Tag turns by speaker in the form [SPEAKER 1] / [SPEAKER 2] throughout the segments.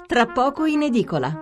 [SPEAKER 1] tra poco in edicola.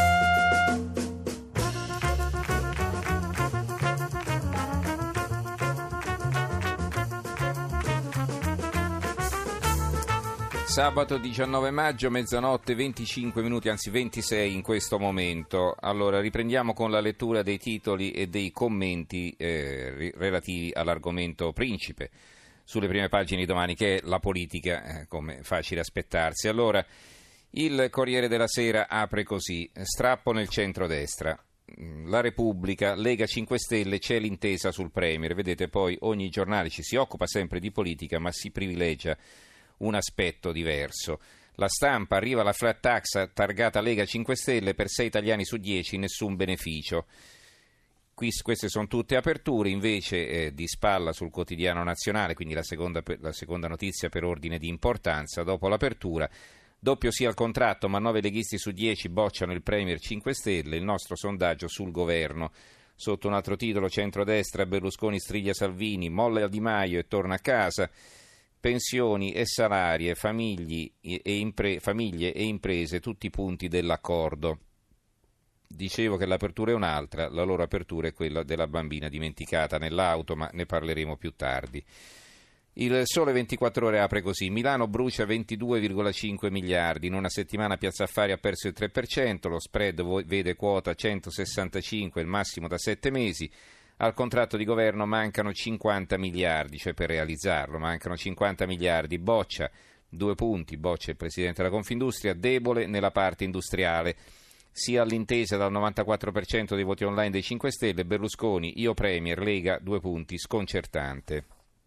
[SPEAKER 2] Sabato 19 maggio, mezzanotte, 25 minuti, anzi 26 in questo momento. Allora, riprendiamo con la lettura dei titoli e dei commenti relativi all'argomento principe sulle prime pagine di domani, che è la politica, come facile aspettarsi. Allora, il Corriere della Sera apre così: strappo nel centrodestra. La Repubblica, Lega 5 Stelle, c'è l'intesa sul Premier. Vedete, poi ogni giornale ci si occupa sempre di politica, ma si privilegia un aspetto diverso. La Stampa, arriva la flat tax targata Lega 5 Stelle, per 6 italiani su 10 nessun beneficio. Queste sono tutte aperture. Invece di spalla sul Quotidiano Nazionale, quindi la seconda notizia per ordine di importanza, dopo l'apertura: doppio sì al contratto, ma 9 leghisti su 10 bocciano il Premier 5 Stelle, il nostro sondaggio sul governo. Sotto un altro titolo: centrodestra, Berlusconi striglia Salvini, molla Di Maio e torna a casa. Pensioni e salari, famiglie e imprese, tutti i punti dell'accordo. Dicevo che l'apertura è un'altra, la loro apertura è quella della bambina dimenticata nell'auto, ma ne parleremo più tardi. Il Sole 24 Ore apre così: Milano brucia 22,5 miliardi, in una settimana Piazza Affari ha perso il 3%, lo spread vede quota 165, il massimo da 7 mesi. Al contratto di governo mancano 50 miliardi, cioè per realizzarlo mancano 50 miliardi, boccia, 2 punti, boccia il Presidente della Confindustria, debole nella parte industriale. Sia all'intesa dal 94% dei voti online dei 5 Stelle, Berlusconi, io Premier, Lega, 2 punti, sconcertante.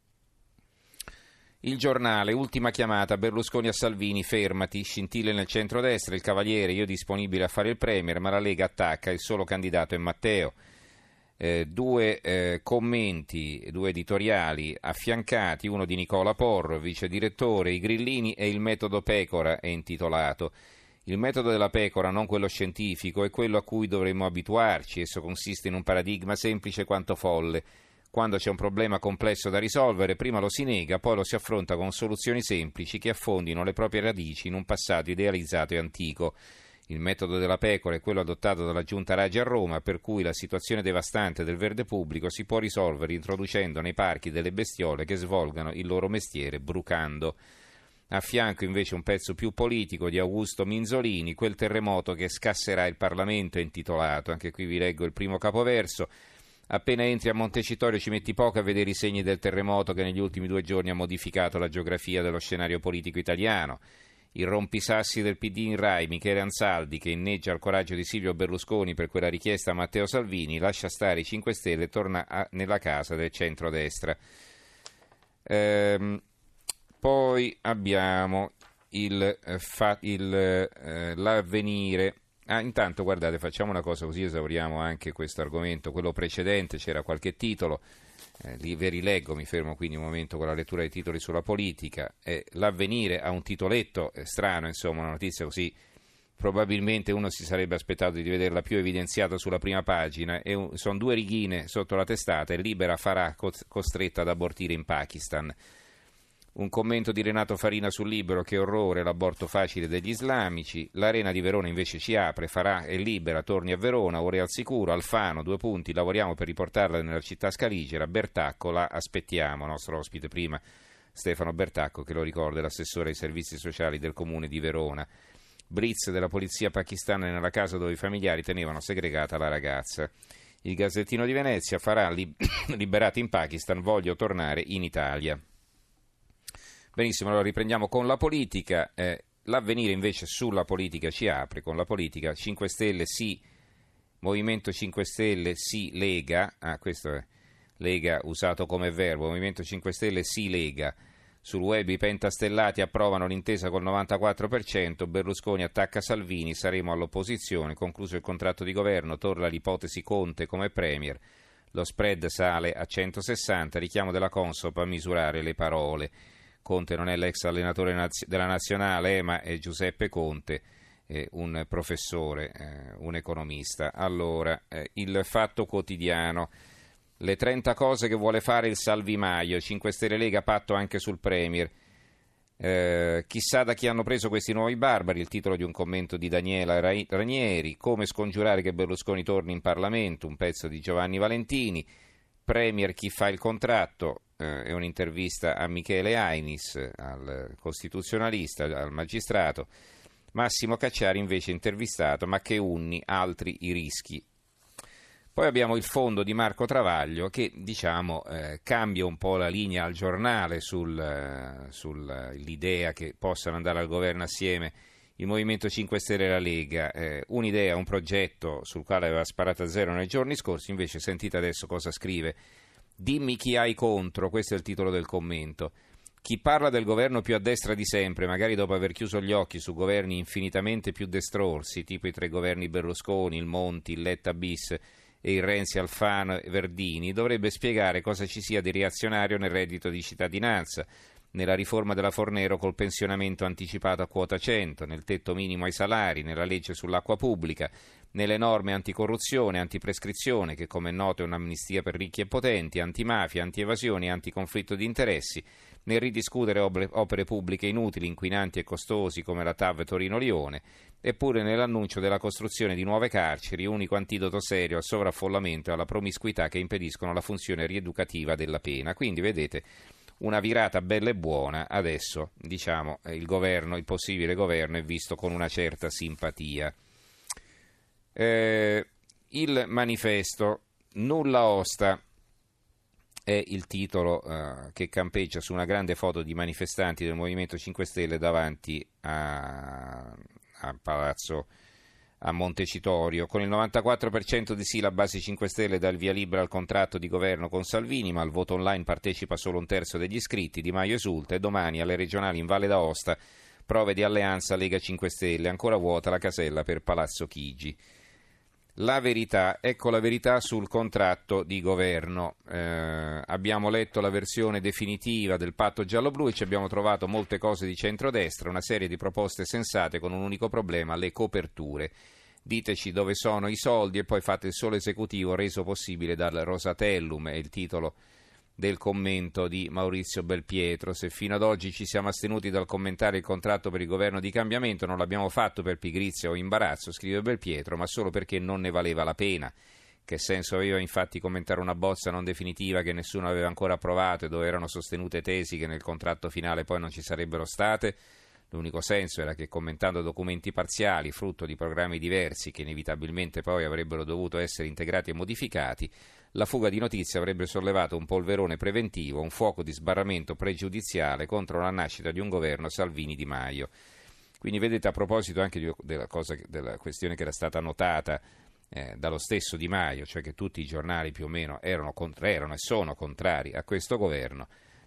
[SPEAKER 2] Il Giornale, ultima chiamata, Berlusconi a Salvini, fermati, scintille nel centrodestra, il Cavaliere, io disponibile a fare il Premier, ma la Lega attacca, il solo candidato è Matteo. Due commenti, 2 editoriali affiancati, uno di Nicola Porro, vice direttore, I grillini e il metodo Pecora è intitolato. Il metodo della pecora, non quello scientifico, è quello a cui dovremmo abituarci. Esso consiste in un paradigma semplice quanto folle. Quando c'è un problema complesso da risolvere, prima lo si nega, poi lo si affronta con soluzioni semplici che affondino le proprie radici in un passato idealizzato e antico. Il metodo della pecora è quello adottato dalla Giunta Raggi a Roma, per cui la situazione devastante del verde pubblico si può risolvere introducendo nei parchi delle bestiole che svolgano il loro mestiere brucando. A fianco invece un pezzo più politico di Augusto Minzolini, quel terremoto che scasserà il Parlamento è intitolato. Anche qui vi leggo il primo capoverso. Appena entri a Montecitorio ci metti poco a vedere i segni del terremoto che negli ultimi 2 giorni ha modificato la geografia dello scenario politico italiano. Il rompisassi del PD in Rai, Michele Ansaldi, che inneggia al coraggio di Silvio Berlusconi per quella richiesta a Matteo Salvini, lascia stare i 5 Stelle e torna nella casa del centrodestra. Poi abbiamo l'Avvenire. Intanto guardate, facciamo una cosa così esauriamo anche questo argomento. Quello precedente c'era qualche titolo. Ve li leggo, mi fermo quindi un momento con la lettura dei titoli sulla politica. L'Avvenire ha un titoletto strano, insomma, una notizia così probabilmente uno si sarebbe aspettato di vederla più evidenziata sulla prima pagina. Sono 2 righine sotto la testata: e Libera Farah costretta ad abortire in Pakistan. Un commento di Renato Farina sul Libero: che orrore l'aborto facile degli islamici. L'Arena di Verona invece ci apre: Farah è libera, torni a Verona, ore al sicuro. Alfano, 2 punti, lavoriamo per riportarla nella città scaligera. Bertacco, la aspettiamo. Nostro ospite prima, Stefano Bertacco, che lo ricorda, è l'assessore ai servizi sociali del comune di Verona. Blitz della polizia pakistana nella casa dove i familiari tenevano segregata la ragazza. Il Gazzettino di Venezia: Farah liberati in Pakistan, voglio tornare in Italia. Benissimo, allora riprendiamo con la politica. L'Avvenire invece sulla politica ci apre con la politica: 5 Stelle sì, Movimento 5 Stelle sì, Lega. Questo è Lega usato come verbo. Movimento 5 Stelle sì, Lega. Sul web i pentastellati approvano l'intesa col 94%, Berlusconi attacca Salvini, saremo all'opposizione, concluso il contratto di governo, torna l'ipotesi Conte come Premier, lo spread sale a 160, richiamo della Consob a misurare le parole. Conte non è l'ex allenatore della nazionale, ma è Giuseppe Conte, un professore, un economista. Allora, il Fatto Quotidiano: le 30 cose che vuole fare il Salvimaio, 5 Stelle Lega, patto anche sul Premier. Chissà da chi hanno preso questi nuovi barbari, il titolo di un commento di Daniela Ranieri. Come scongiurare che Berlusconi torni in Parlamento, un pezzo di Giovanni Valentini. Premier chi fa il contratto, è un'intervista a Michele Ainis, al costituzionalista, al magistrato. Massimo Cacciari invece intervistato, ma che Unni, altri i rischi. Poi abbiamo il fondo di Marco Travaglio che cambia un po' la linea al giornale sull'idea che possano andare al governo assieme il Movimento 5 Stelle e la Lega. Un'idea, un progetto sul quale aveva sparato a zero nei giorni scorsi, invece sentite adesso cosa scrive. Dimmi chi hai contro, questo è il titolo del commento. Chi parla del governo più a destra di sempre, magari dopo aver chiuso gli occhi su governi infinitamente più destrorsi, tipo i 3 governi Berlusconi, il Monti, il Letta bis e il Renzi, Alfano e Verdini, dovrebbe spiegare cosa ci sia di reazionario nel reddito di cittadinanza, nella riforma della Fornero col pensionamento anticipato a quota 100, nel tetto minimo ai salari, nella legge sull'acqua pubblica, nelle norme anticorruzione, antiprescrizione, che come è noto è un'amnistia per ricchi e potenti, antimafia, antievasione e anticonflitto di interessi, nel ridiscutere opere pubbliche inutili, inquinanti e costosi come la TAV Torino-Lione, eppure nell'annuncio della costruzione di nuove carceri, unico antidoto serio al sovraffollamento e alla promiscuità che impediscono la funzione rieducativa della pena. Quindi vedete una virata bella e buona, adesso il possibile governo è visto con una certa simpatia. Il manifesto, nulla osta, è il titolo che campeggia su una grande foto di manifestanti del Movimento 5 Stelle davanti a Palazzo a Montecitorio. Con il 94% di sì la base 5 Stelle dà il via libera al contratto di governo con Salvini, ma al voto online partecipa solo un terzo degli iscritti. Di Maio esulta e domani alle regionali in Valle d'Aosta prove di alleanza Lega 5 Stelle, ancora vuota la casella per Palazzo Chigi. La verità, ecco la verità sul contratto di governo. Abbiamo letto la versione definitiva del patto giallo-blu e ci abbiamo trovato molte cose di centrodestra, una serie di proposte sensate con un unico problema, le coperture. Diteci dove sono i soldi e poi fate il solo esecutivo reso possibile dal Rosatellum, è il titolo del commento di Maurizio Belpietro. Se fino ad oggi ci siamo astenuti dal commentare il contratto per il governo di cambiamento, non l'abbiamo fatto per pigrizia o imbarazzo, scrive Belpietro, ma solo perché non ne valeva la pena. Che senso aveva infatti commentare una bozza non definitiva che nessuno aveva ancora approvato e dove erano sostenute tesi che nel contratto finale poi non ci sarebbero state? L'unico senso era che commentando documenti parziali, frutto di programmi diversi che inevitabilmente poi avrebbero dovuto essere integrati e modificati, la fuga di notizie avrebbe sollevato un polverone preventivo, un fuoco di sbarramento pregiudiziale contro la nascita di un governo Salvini-Di Maio. Quindi vedete, a proposito anche della questione che era stata notata dallo stesso Di Maio, cioè che tutti i giornali più o meno erano e sono contrari a questo governo,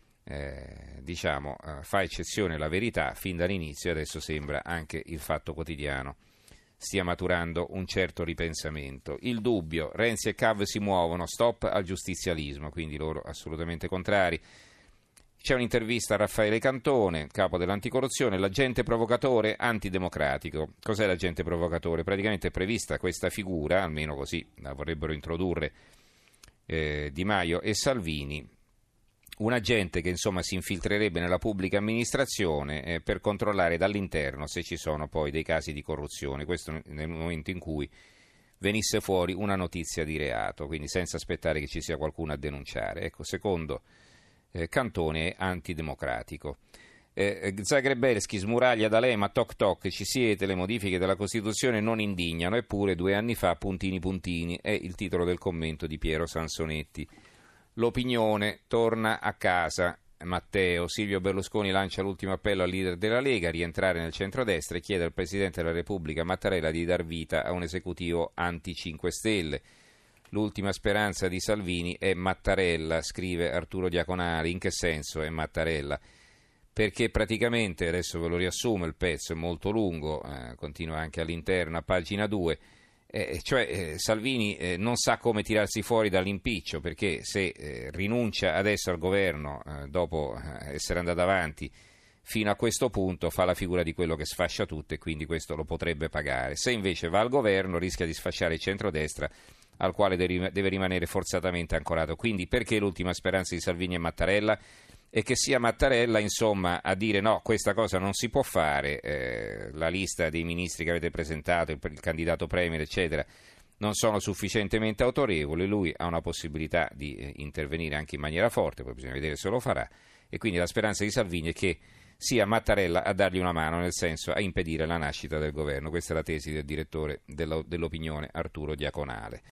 [SPEAKER 2] fa eccezione la Verità fin dall'inizio e adesso sembra anche il Fatto Quotidiano stia maturando un certo ripensamento. Il Dubbio, Renzi e Cav si muovono, stop al giustizialismo, quindi loro assolutamente contrari. C'è un'intervista a Raffaele Cantone, capo dell'anticorruzione, l'agente provocatore antidemocratico. Cos'è l'agente provocatore? Praticamente è prevista questa figura, almeno così la vorrebbero introdurre Di Maio e Salvini, un agente che insomma si infiltrerebbe nella pubblica amministrazione per controllare dall'interno se ci sono poi dei casi di corruzione, questo nel momento in cui venisse fuori una notizia di reato, quindi senza aspettare che ci sia qualcuno a denunciare. Ecco, secondo Cantone è antidemocratico. Zagrebelski smuraglia D'Alema, toc toc, ci siete, le modifiche della Costituzione non indignano, eppure 2 anni fa puntini puntini, è il titolo del commento di Piero Sansonetti. L'opinione torna a casa. Matteo, Silvio Berlusconi lancia l'ultimo appello al leader della Lega a rientrare nel centrodestra e chiede al Presidente della Repubblica Mattarella di dar vita a un esecutivo anti-5 Stelle. L'ultima speranza di Salvini è Mattarella, scrive Arturo Diaconari. In che senso è Mattarella? Perché praticamente, adesso ve lo riassumo, il pezzo è molto lungo, continua anche all'interno a pagina 2, Salvini non sa come tirarsi fuori dall'impiccio, perché se rinuncia adesso al governo dopo essere andato avanti fino a questo punto fa la figura di quello che sfascia tutto e quindi questo lo potrebbe pagare. Se invece va al governo rischia di sfasciare il centrodestra al quale deve rimanere forzatamente ancorato. Quindi perché l'ultima speranza di Salvini è Mattarella? e che sia Mattarella, insomma, a dire no, questa cosa non si può fare, la lista dei ministri che avete presentato, il candidato premier, eccetera, non sono sufficientemente autorevoli, lui ha una possibilità di intervenire anche in maniera forte, poi bisogna vedere se lo farà, e quindi la speranza di Salvini è che sia Mattarella a dargli una mano, nel senso a impedire la nascita del governo. Questa è la tesi del direttore dell'Opinione Arturo Diaconale.